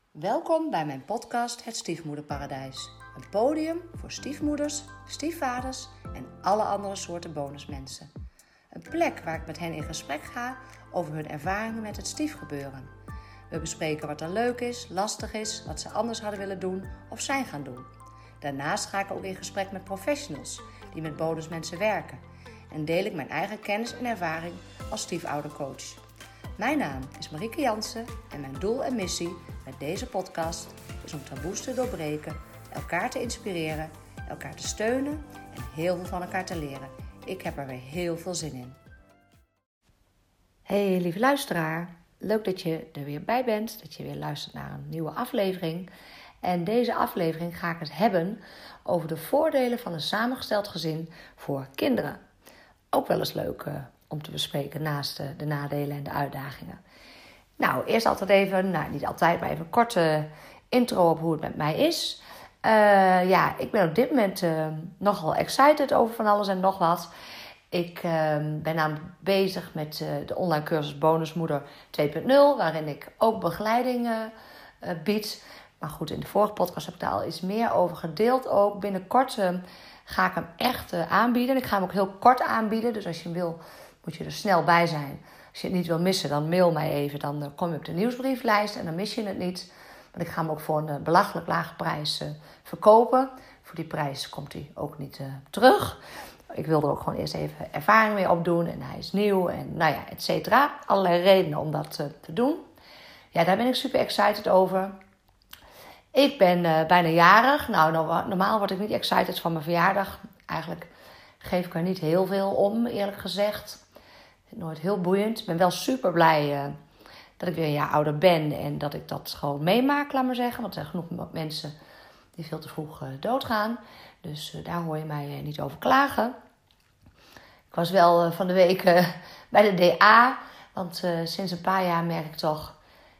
Welkom bij mijn podcast Het Stiefmoederparadijs. Een podium voor stiefmoeders, stiefvaders en alle andere soorten bonusmensen. Een plek waar ik met hen in gesprek ga over hun ervaringen met het stiefgebeuren. We bespreken wat er leuk is, lastig is, wat ze anders hadden willen doen of zijn gaan doen. Daarnaast ga ik ook in gesprek met professionals die met bonusmensen werken. En deel ik mijn eigen kennis en ervaring als stiefoudercoach. Mijn naam is Marieke Jansen en mijn doel en missie met deze podcast is om taboes te doorbreken, elkaar te inspireren, elkaar te steunen en heel veel van elkaar te leren. Ik heb er weer heel veel zin in. Hey lieve luisteraar, leuk dat je er weer bij bent, dat je weer luistert naar een nieuwe aflevering. En deze aflevering ga ik het hebben over de voordelen van een samengesteld gezin voor kinderen. Ook wel eens leuk om te bespreken naast de nadelen en de uitdagingen. Nou, eerst altijd even, niet altijd, maar even een korte intro op hoe het met mij is. Ik ben op dit moment nogal excited over van alles en nog wat. Ik ben namelijk bezig met de online cursus Bonusmoeder 2.0, waarin ik ook begeleiding bied. Maar goed, in de vorige podcast heb ik daar al iets meer over gedeeld. Ook binnenkort ga ik hem echt aanbieden. Ik ga hem ook heel kort aanbieden, dus als je hem wil, moet je er snel bij zijn. Als je het niet wil missen, dan mail mij even. Dan kom je op de nieuwsbrieflijst en dan mis je het niet. Want ik ga hem ook voor een belachelijk lage prijs verkopen. Voor die prijs komt hij ook niet terug. Ik wil er ook gewoon eerst even ervaring mee opdoen. En hij is nieuw en et cetera. Allerlei redenen om dat te doen. Ja, daar ben ik super excited over. Ik ben bijna jarig. Nou, normaal word ik niet excited van mijn verjaardag. Eigenlijk geef ik er niet heel veel om, eerlijk gezegd. Nooit heel boeiend. Ik ben wel super blij dat ik weer een jaar ouder ben en dat ik dat gewoon meemaak, laat maar zeggen. Want er zijn genoeg mensen die veel te vroeg doodgaan. Dus daar hoor je mij niet over klagen. Ik was wel van de week bij de DA. Want sinds een paar jaar merk ik toch,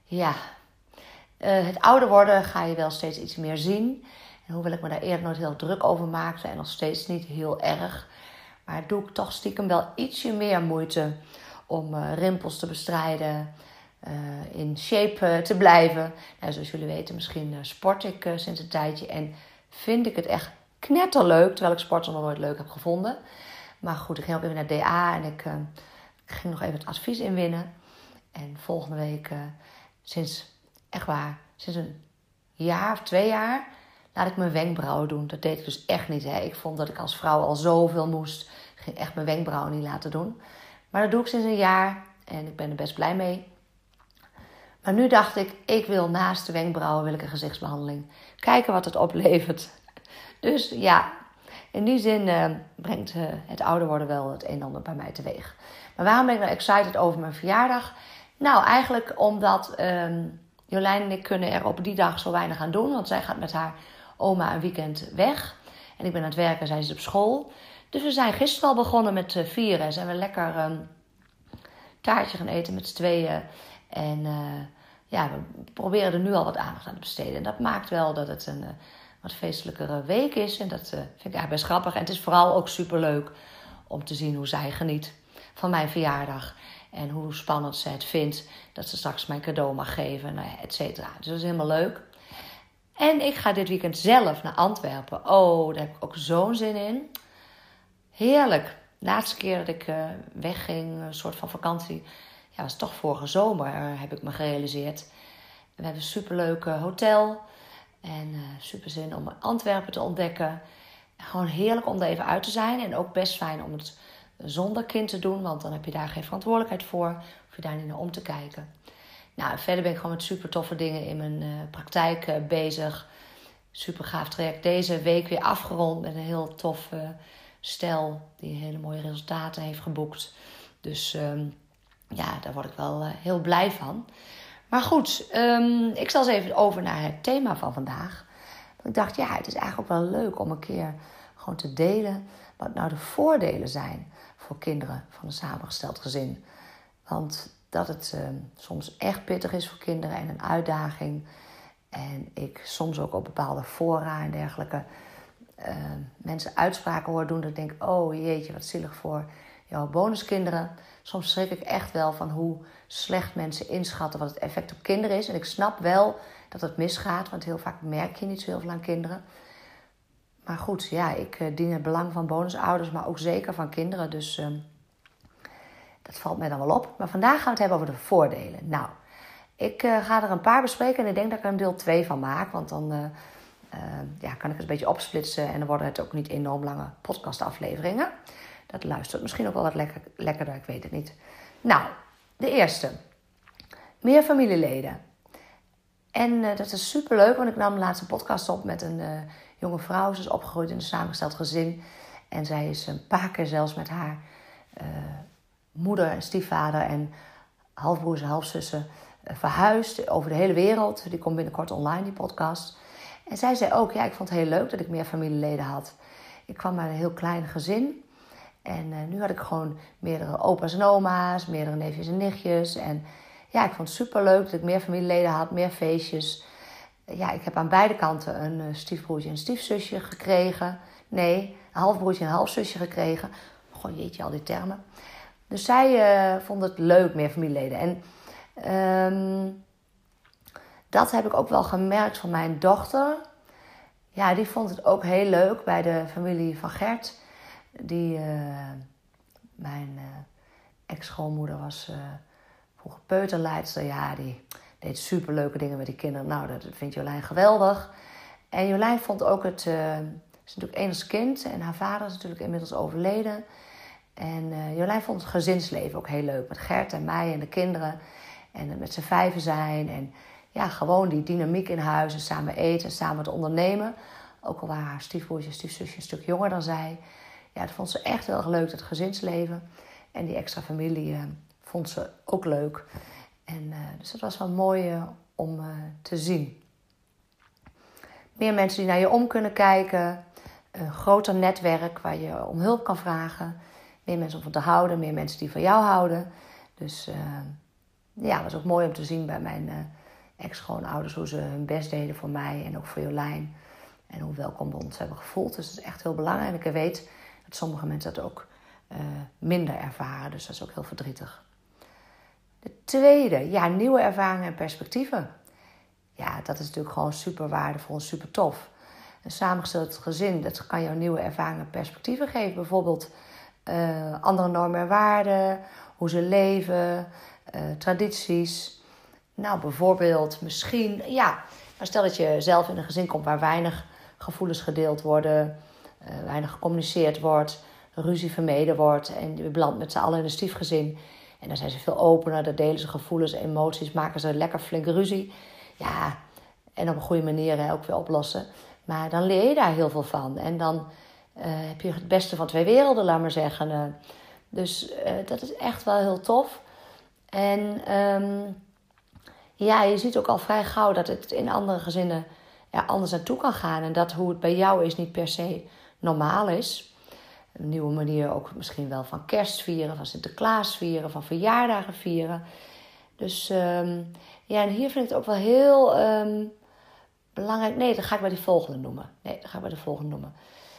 het ouder worden ga je wel steeds iets meer zien. En hoewel ik me daar eerder nooit heel druk over maakte en nog steeds niet heel erg, maar doe ik toch stiekem wel ietsje meer moeite om rimpels te bestrijden, in shape te blijven. Nou, zoals jullie weten, misschien sport ik sinds een tijdje en vind ik het echt knetterleuk, terwijl ik sporten nog nooit leuk heb gevonden. Maar goed, ik ging ook even naar DA en ik ging nog even het advies inwinnen. En volgende week, sinds een jaar of 2 jaar, laat ik mijn wenkbrauwen doen. Dat deed ik dus echt niet. Hè. Ik vond dat ik als vrouw al zoveel moest. Ik ging echt mijn wenkbrauwen niet laten doen. Maar dat doe ik sinds een jaar. En ik ben er best blij mee. Maar nu dacht ik wil naast de wenkbrauwen een gezichtsbehandeling. Kijken wat het oplevert. Dus ja, in die zin brengt het ouder worden wel het een en ander bij mij teweeg. Maar waarom ben ik nou excited over mijn verjaardag? Nou, eigenlijk omdat Jolijn en ik kunnen er op die dag zo weinig aan doen. Want zij gaat met haar oma een weekend weg. En ik ben aan het werken, zij is op school. Dus we zijn gisteren al begonnen met vieren. Zijn we lekker taartje gaan eten met z'n tweeën. En we proberen er nu al wat aandacht aan te besteden. En dat maakt wel dat het een wat feestelijkere week is. En dat vind ik eigenlijk best grappig. En het is vooral ook superleuk om te zien hoe zij geniet van mijn verjaardag. En hoe spannend ze het vindt dat ze straks mijn cadeau mag geven, et cetera. Dus dat is helemaal leuk. En ik ga dit weekend zelf naar Antwerpen. Oh, daar heb ik ook zo'n zin in. Heerlijk. De laatste keer dat ik wegging, een soort van vakantie, was toch vorige zomer, heb ik me gerealiseerd. We hebben een superleuk hotel. En super zin om Antwerpen te ontdekken. Gewoon heerlijk om er even uit te zijn. En ook best fijn om het zonder kind te doen. Want dan heb je daar geen verantwoordelijkheid voor. Hoef je daar niet naar om te kijken. Nou, verder ben ik gewoon met super toffe dingen in mijn praktijk bezig. Super gaaf traject. Deze week weer afgerond met een heel tof stel. Die hele mooie resultaten heeft geboekt. Dus daar word ik wel heel blij van. Maar goed, ik zal eens even over naar het thema van vandaag. Want ik dacht, het is eigenlijk ook wel leuk om een keer gewoon te delen wat nou de voordelen zijn voor kinderen van een samengesteld gezin. Want dat het soms echt pittig is voor kinderen en een uitdaging. En ik soms ook op bepaalde fora en dergelijke mensen uitspraken hoor doen. Dat ik denk, oh jeetje, wat zielig voor jouw bonuskinderen. Soms schrik ik echt wel van hoe slecht mensen inschatten wat het effect op kinderen is. En ik snap wel dat het misgaat, want heel vaak merk je niet zo heel veel aan kinderen. Maar goed, ja, ik dien het belang van bonusouders, maar ook zeker van kinderen. Dus dat valt mij dan wel op. Maar vandaag gaan we het hebben over de voordelen. Nou, ik ga er een paar bespreken en ik denk dat ik er een deel 2 van maak. Want dan kan ik het een beetje opsplitsen en dan worden het ook niet enorm lange podcastafleveringen. Dat luistert misschien ook wel wat lekkerder, ik weet het niet. Nou, de eerste. Meer familieleden. En dat is superleuk, want ik nam laatst een podcast op met een jonge vrouw. Ze is opgegroeid in een samengesteld gezin. En zij is een paar keer zelfs met haar moeder en stiefvader en halfbroers en halfzussen verhuisd over de hele wereld. Die komt binnenkort online, die podcast. En zij zei ook, ja, ik vond het heel leuk dat ik meer familieleden had. Ik kwam uit een heel klein gezin. En nu had ik gewoon meerdere opa's en oma's, meerdere neefjes en nichtjes. En ja, ik vond het superleuk dat ik meer familieleden had, meer feestjes. Ja, ik heb aan beide kanten een stiefbroertje en een stiefzusje gekregen. Nee, een halfbroertje en een halfzusje gekregen. Goh, jeetje, al die termen. Dus zij vond het leuk, meer familieleden. En dat heb ik ook wel gemerkt van mijn dochter. Ja, die vond het ook heel leuk bij de familie van Gert. Mijn ex-schoonmoeder was vroeger peuterleidster. Ja, die deed superleuke dingen met die kinderen. Nou, dat vindt Jolijn geweldig. En Jolijn vond ook het... is natuurlijk enigst kind en haar vader is natuurlijk inmiddels overleden. En Jolijn vond het gezinsleven ook heel leuk. Met Gert en mij en de kinderen. En met z'n vijven zijn. En ja, gewoon die dynamiek in huis. En samen eten, samen te ondernemen. Ook al waren haar stiefbroertje en stiefzusje een stuk jonger dan zij. Ja, dat vond ze echt heel erg leuk, dat gezinsleven. En die extra familie vond ze ook leuk. En dus dat was wel mooi om te zien. Meer mensen die naar je om kunnen kijken. Een groter netwerk waar je om hulp kan vragen. Meer mensen om van te houden. Meer mensen die van jou houden. Dus ja, het was ook mooi om te zien bij mijn ex-schoonouders. Hoe ze hun best deden voor mij en ook voor Jolijn. En hoe welkom we ons hebben gevoeld. Dus dat is echt heel belangrijk. En ik weet dat sommige mensen dat ook minder ervaren. Dus dat is ook heel verdrietig. De tweede, ja, nieuwe ervaringen en perspectieven. Ja, dat is natuurlijk gewoon super waardevol en super tof. Een samengesteld gezin, dat kan jou nieuwe ervaringen en perspectieven geven. Bijvoorbeeld andere normen en waarden, hoe ze leven, tradities. Nou, bijvoorbeeld misschien, ja, maar stel dat je zelf in een gezin komt waar weinig gevoelens gedeeld worden, weinig gecommuniceerd wordt, ruzie vermeden wordt en je belandt met z'n allen in een stiefgezin. En dan zijn ze veel opener, dan delen ze gevoelens, emoties, maken ze lekker flinke ruzie. Ja, en op een goede manier ook weer oplossen. Maar dan leer je daar heel veel van. En dan heb je het beste van twee werelden, laat maar zeggen. Dus dat is echt wel heel tof. En ja, je ziet ook al vrij gauw dat het in andere gezinnen anders naartoe kan gaan. En dat hoe het bij jou is niet per se normaal is. Een nieuwe manier ook misschien wel van kerst vieren, van Sinterklaas vieren, van verjaardagen vieren. Dus ja, en hier vind ik het ook wel heel belangrijk. Nee, dat ga ik bij de volgende noemen.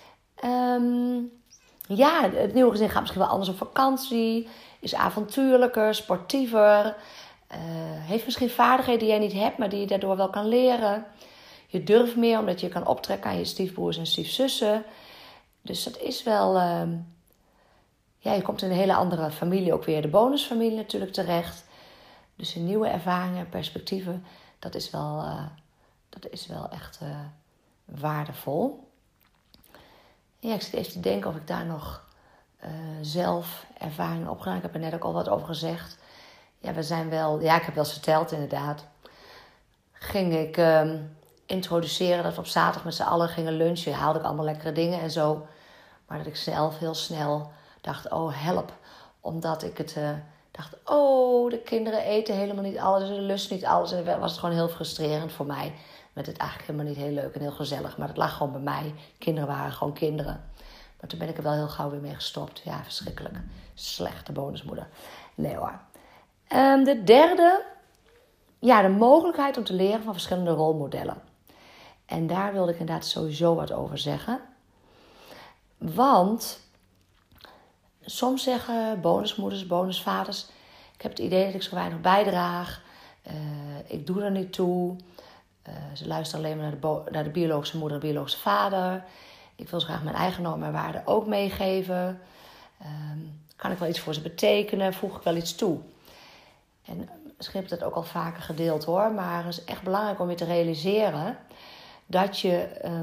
Ja, het nieuwe gezin gaat misschien wel anders op vakantie. Is avontuurlijker, sportiever. Heeft misschien vaardigheden die jij niet hebt, maar die je daardoor wel kan leren. Je durft meer omdat je kan optrekken aan je stiefbroers en stiefzussen. Dus dat is wel... ja, je komt in een hele andere familie, ook weer de bonusfamilie natuurlijk terecht. Dus een nieuwe ervaringen en perspectieven, dat is wel echt waardevol. Ja, ik zit even te denken of ik daar nog zelf ervaringen op gedaan. Ik heb er net ook al wat over gezegd. Ja, ik heb wel eens verteld inderdaad. Ging ik introduceren dat we op zaterdag met z'n allen gingen lunchen. Haalde ik allemaal lekkere dingen en zo. Maar dat ik zelf heel snel dacht, oh help. Omdat ik het dacht, oh de kinderen eten helemaal niet alles. Ze lusten niet alles. En dan was het gewoon heel frustrerend voor mij. Met het eigenlijk helemaal niet heel leuk en heel gezellig. Maar dat lag gewoon bij mij. Kinderen waren gewoon kinderen. Maar toen ben ik er wel heel gauw weer mee gestopt. Ja, verschrikkelijk. Slechte bonusmoeder. Nee hoor. De derde. Ja, de mogelijkheid om te leren van verschillende rolmodellen. En daar wilde ik inderdaad sowieso wat over zeggen. Want Soms zeggen bonusmoeders, bonusvaders, ik heb het idee dat ik zo weinig bijdraag. Ik doe er niet toe. Ze luisteren alleen maar naar de biologische moeder en de biologische vader. Ik wil zo graag mijn eigen normen en waarden ook meegeven. Kan ik wel iets voor ze betekenen? Voeg ik wel iets toe? En misschien heb ik dat ook al vaker gedeeld hoor. Maar het is echt belangrijk om je te realiseren dat je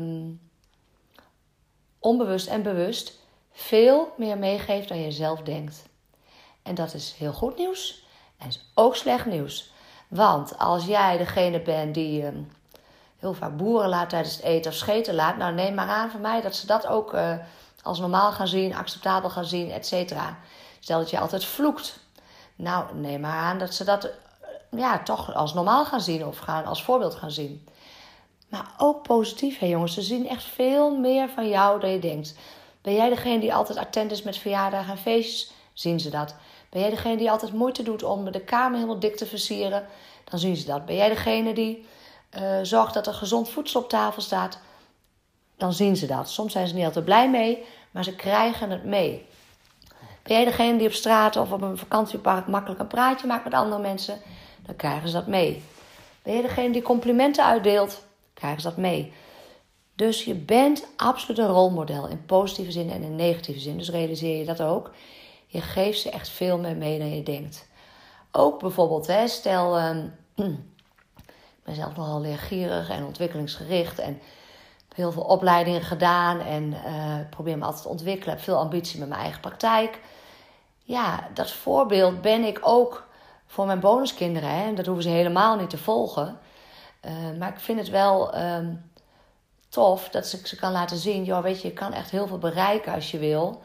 onbewust en bewust veel meer meegeeft dan je zelf denkt. En dat is heel goed nieuws en is ook slecht nieuws. Want als jij degene bent die heel vaak boeren laat tijdens het eten of scheten laat, nou neem maar aan van mij dat ze dat ook als normaal gaan zien, acceptabel gaan zien, et cetera. Stel dat je altijd vloekt. Nou, neem maar aan dat ze dat toch als normaal gaan zien of als voorbeeld gaan zien. Maar ook positief, hè jongens. Ze zien echt veel meer van jou dan je denkt. Ben jij degene die altijd attent is met verjaardagen en feestjes? Zien ze dat. Ben jij degene die altijd moeite doet om de kamer helemaal dik te versieren? Dan zien ze dat. Ben jij degene die zorgt dat er gezond voedsel op tafel staat? Dan zien ze dat. Soms zijn ze niet altijd blij mee, maar ze krijgen het mee. Ben jij degene die op straat of op een vakantiepark makkelijk een praatje maakt met andere mensen? Dan krijgen ze dat mee. Ben jij degene die complimenten uitdeelt? Krijgen ze dat mee. Dus je bent absoluut een rolmodel in positieve zin en in negatieve zin. Dus realiseer je dat ook. Je geeft ze echt veel meer mee dan je denkt. Ook bijvoorbeeld, stel, ik ben zelf nogal leergierig en ontwikkelingsgericht en heb heel veel opleidingen gedaan en probeer me altijd te ontwikkelen. Heb veel ambitie met mijn eigen praktijk. Ja, dat voorbeeld ben ik ook voor mijn bonuskinderen. En dat hoeven ze helemaal niet te volgen. Maar ik vind het wel tof dat ik ze kan laten zien. Joh, weet je kan echt heel veel bereiken als je wil.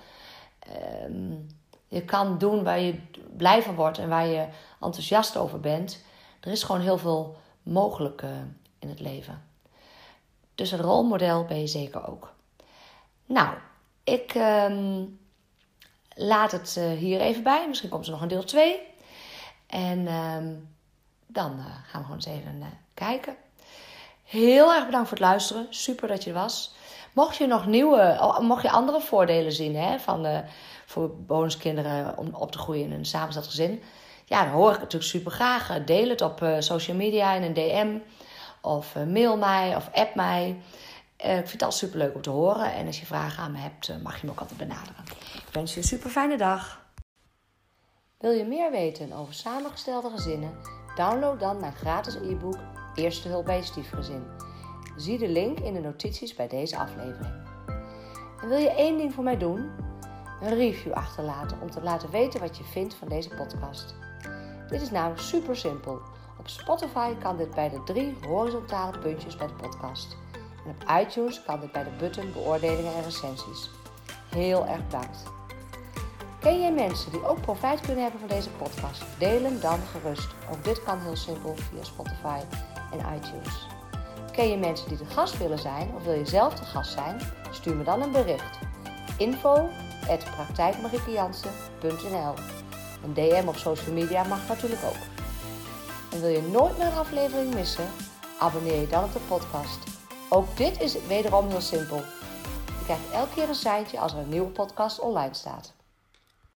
Je kan doen waar je blij van wordt en waar je enthousiast over bent. Er is gewoon heel veel mogelijk in het leven. Dus een rolmodel ben je zeker ook. Nou, ik laat het hier even bij. Misschien komt er nog een deel 2. En dan gaan we gewoon eens even kijken. Heel erg bedankt voor het luisteren. Super dat je er was. Mocht je andere voordelen zien voor bonuskinderen om op te groeien in een samengesteld gezin. Ja, dan hoor ik het natuurlijk super graag. Deel het op social media in een DM. Of mail mij of app mij. Ik vind het altijd super leuk om te horen. En als je vragen aan me hebt, mag je me ook altijd benaderen. Ik wens je een super fijne dag. Wil je meer weten over samengestelde gezinnen? Download dan mijn gratis e-book Eerste hulp bij je stiefgezin. Zie de link in de notities bij deze aflevering. En wil je 1 ding voor mij doen? Een review achterlaten om te laten weten wat je vindt van deze podcast. Dit is namelijk super simpel. Op Spotify kan dit bij de 3 horizontale puntjes bij de podcast. En op iTunes kan dit bij de button beoordelingen en recensies. Heel erg bedankt. Ken jij mensen die ook profijt kunnen hebben van deze podcast? Deel hem dan gerust. Ook dit kan heel simpel via Spotify en iTunes. Ken je mensen die de gast willen zijn of wil je zelf de gast zijn? Stuur me dan een bericht. info@praktijkmariekejansen.nl. Een DM op social media mag natuurlijk ook. En wil je nooit meer een aflevering missen? Abonneer je dan op de podcast. Ook dit is wederom heel simpel. Je krijgt elke keer een seintje als er een nieuwe podcast online staat.